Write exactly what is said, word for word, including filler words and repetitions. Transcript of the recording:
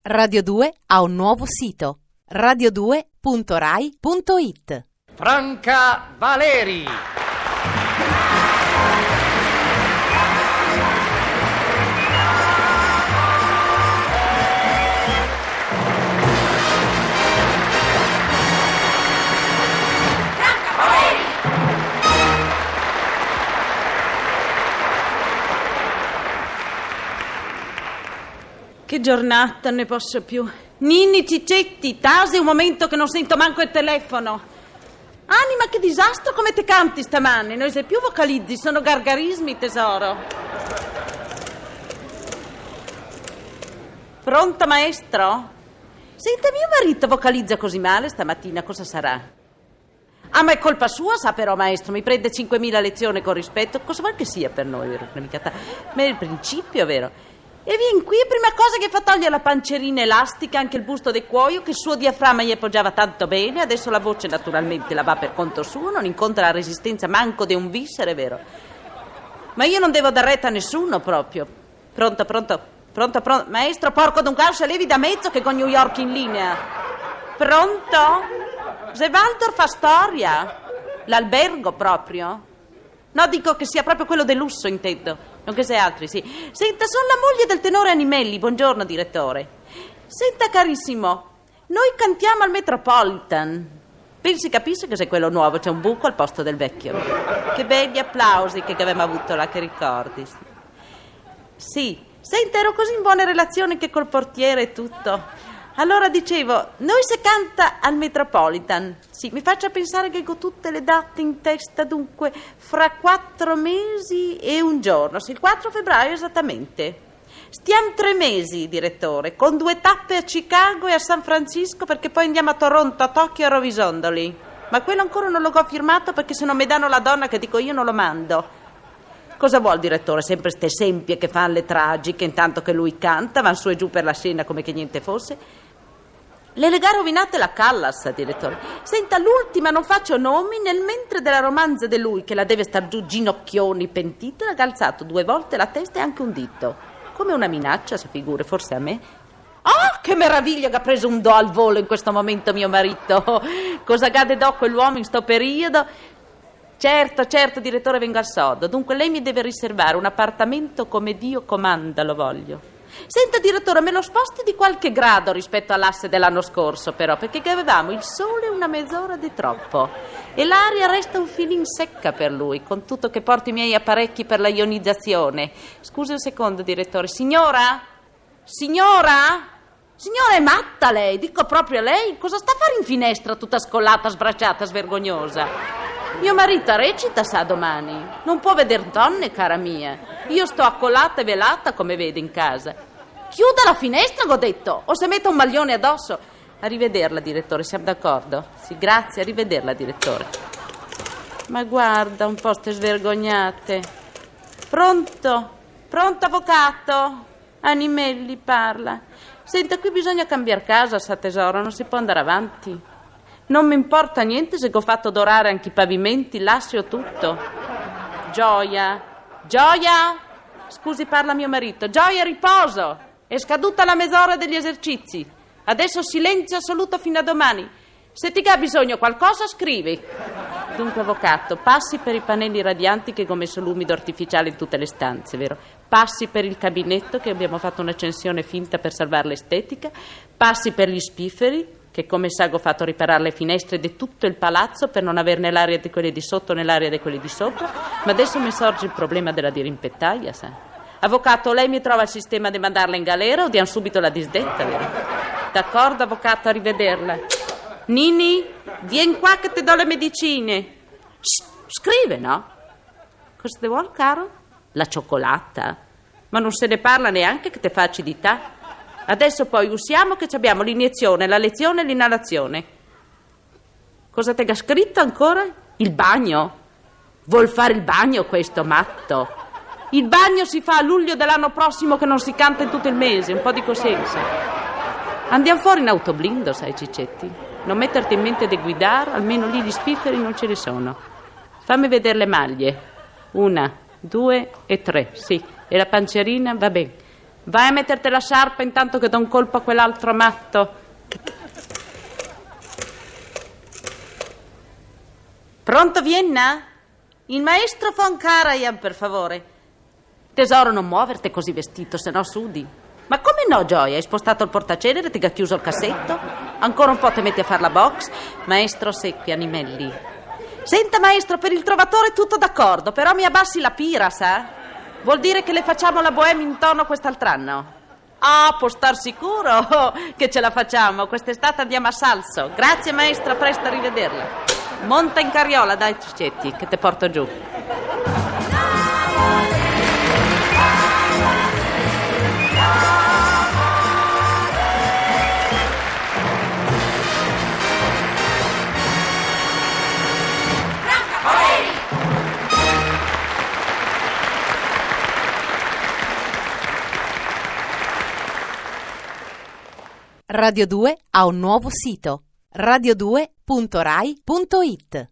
Radio due ha un nuovo sito: radio due punto rai punto it. Franca Valeri. Che giornata, non ne posso più. Ninni, Ciccetti, Tasi, un momento che non sento manco il telefono. Anima, che disastro, come te canti stamane. Non sei più vocalizzi, sono gargarismi, tesoro. Pronto, maestro? Senta, mio marito vocalizza così male stamattina, cosa sarà? Ah, ma è colpa sua, sa però, maestro, mi prende cinquemila lezioni con rispetto. Cosa vuol che sia per noi, vero? Ma è il principio, vero? E vien qui, prima cosa che fa togliere la pancerina elastica, anche il busto del cuoio, che il suo diaframma gli appoggiava tanto bene. Adesso la voce naturalmente la va per conto suo, non incontra la resistenza manco di un viscere, vero? Ma io non devo dar retta a nessuno proprio. Pronto, pronto, pronto, pronto. Maestro, porco d'un calcio, levi da mezzo che con New York in linea. Pronto? Se Waldorf fa storia? L'albergo proprio? No, dico che sia proprio quello del lusso, intendo. Non che sei altri, sì. Senta, sono la moglie del tenore Animelli. Buongiorno, direttore. Senta, carissimo, noi cantiamo al Metropolitan. Pensi, capisce che se quello nuovo c'è un buco al posto del vecchio. Che belli applausi che avevamo avuto là, che ricordi. Sì, senta, ero così in buone relazioni che col portiere e tutto. Allora dicevo, noi se canta al Metropolitan, sì, mi faccia pensare che ho tutte le date in testa, dunque, fra quattro mesi e un giorno, sì, il quattro febbraio esattamente. Stiamo tre mesi, direttore, con due tappe a Chicago e a San Francisco, perché poi andiamo a Toronto, a Tokyo e a Rovisondoli. Ma quello ancora non l'ho firmato, perché se non mi danno la donna che dico io non lo mando. Cosa vuol, direttore? Sempre ste sempie che fanno le tragiche, intanto che lui canta, van su e giù per la scena come che niente fosse. Le legà rovinate la Callas, direttore. Senta, l'ultima, non faccio nomi, nel mentre della romanza di lui, che la deve star giù ginocchioni, pentita, l'ha calzato due volte la testa e anche un dito. Come una minaccia, si figuri, forse a me. Oh, che meraviglia che ha preso un do al volo in questo momento mio marito. Cosa gade do quell'uomo in sto periodo? Certo, certo, direttore, vengo al sodo. Dunque lei mi deve riservare un appartamento come Dio comanda, lo voglio. Senta, direttore, me lo sposti di qualche grado rispetto all'asse dell'anno scorso, però, perché avevamo il sole una mezz'ora di troppo e l'aria resta un filin secca per lui, con tutto che porto i miei apparecchi per la ionizzazione. Scusi un secondo, direttore. Signora? Signora? Signora, è matta lei, dico proprio a lei. Cosa sta a fare in finestra tutta scollata, sbracciata, svergognosa? Mio marito recita, sa, domani. Non può veder donne, cara mia. Io sto accolata e velata, come vede, in casa. Chiuda la finestra, ho detto, o se metta un maglione addosso. Arrivederla, direttore, siamo d'accordo? Sì, grazie, arrivederla, direttore. Ma guarda, un po' ste svergognate. Pronto? Pronto, avvocato? Animelli parla. Senta, qui bisogna cambiare casa, sa, tesoro, non si può andare avanti. Non mi importa niente se ho fatto dorare anche i pavimenti, l'assi o tutto. Gioia, Gioia, scusi, parla mio marito. Gioia, riposo, è scaduta la mezz'ora degli esercizi. Adesso silenzio assoluto fino a domani. Se ti ha bisogno qualcosa, scrivi. Dunque, avvocato, passi per i pannelli radianti che ho messo l'umido artificiale in tutte le stanze, vero? Passi per il cabinetto che abbiamo fatto un'accensione finta per salvare l'estetica. Passi per gli spifferi, che come sa ho fatto riparare le finestre di tutto il palazzo per non averne l'aria di quelli di sotto né l'aria di quelli di sopra, ma adesso mi sorge il problema della dirimpettaia, sa. Avvocato, lei mi trova il sistema di mandarla in galera o diamo subito la disdetta, vero? D'accordo, avvocato, arrivederla. Nini, vieni qua che ti do le medicine. Shh, scrive, no? Cosa ti vuol, caro? La cioccolata? Ma non se ne parla neanche che te fa acidità. Adesso poi usiamo che abbiamo l'iniezione, la lezione e l'inalazione. Cosa te ha scritto ancora? Il bagno? Vuol fare il bagno questo matto? Il bagno si fa a luglio dell'anno prossimo, che non si canta in tutto il mese, un po' di coscienza. Andiamo fuori in autoblindo, sai, Ciccetti? Non metterti in mente di guidare, almeno lì gli spifferi non ce ne sono. Fammi vedere le maglie. Una, due e tre, sì. E la pancerina, va bene. Vai a metterti la sciarpa intanto che do un colpo a quell'altro matto. Pronto, Vienna? Il maestro von Karajan, per favore. Tesoro, non muoverti così vestito, se no sudi. Ma come no, Gioia? Hai spostato il portacenere, ti ha chiuso il cassetto? Ancora un po' ti metti a far la box? Maestro Secchi, Animelli. Senta, maestro, per il trovatore tutto d'accordo, però mi abbassi la pira, sa? Vuol dire che le facciamo la bohème in tono quest'altr'anno? Ah, può star sicuro che ce la facciamo. Quest'estate andiamo a Salso. Grazie, maestra, presto a rivederla. Monta in carriola, dai, Ciccetti, che te porto giù. Radio due ha un nuovo sito: radio due punto rai punto it.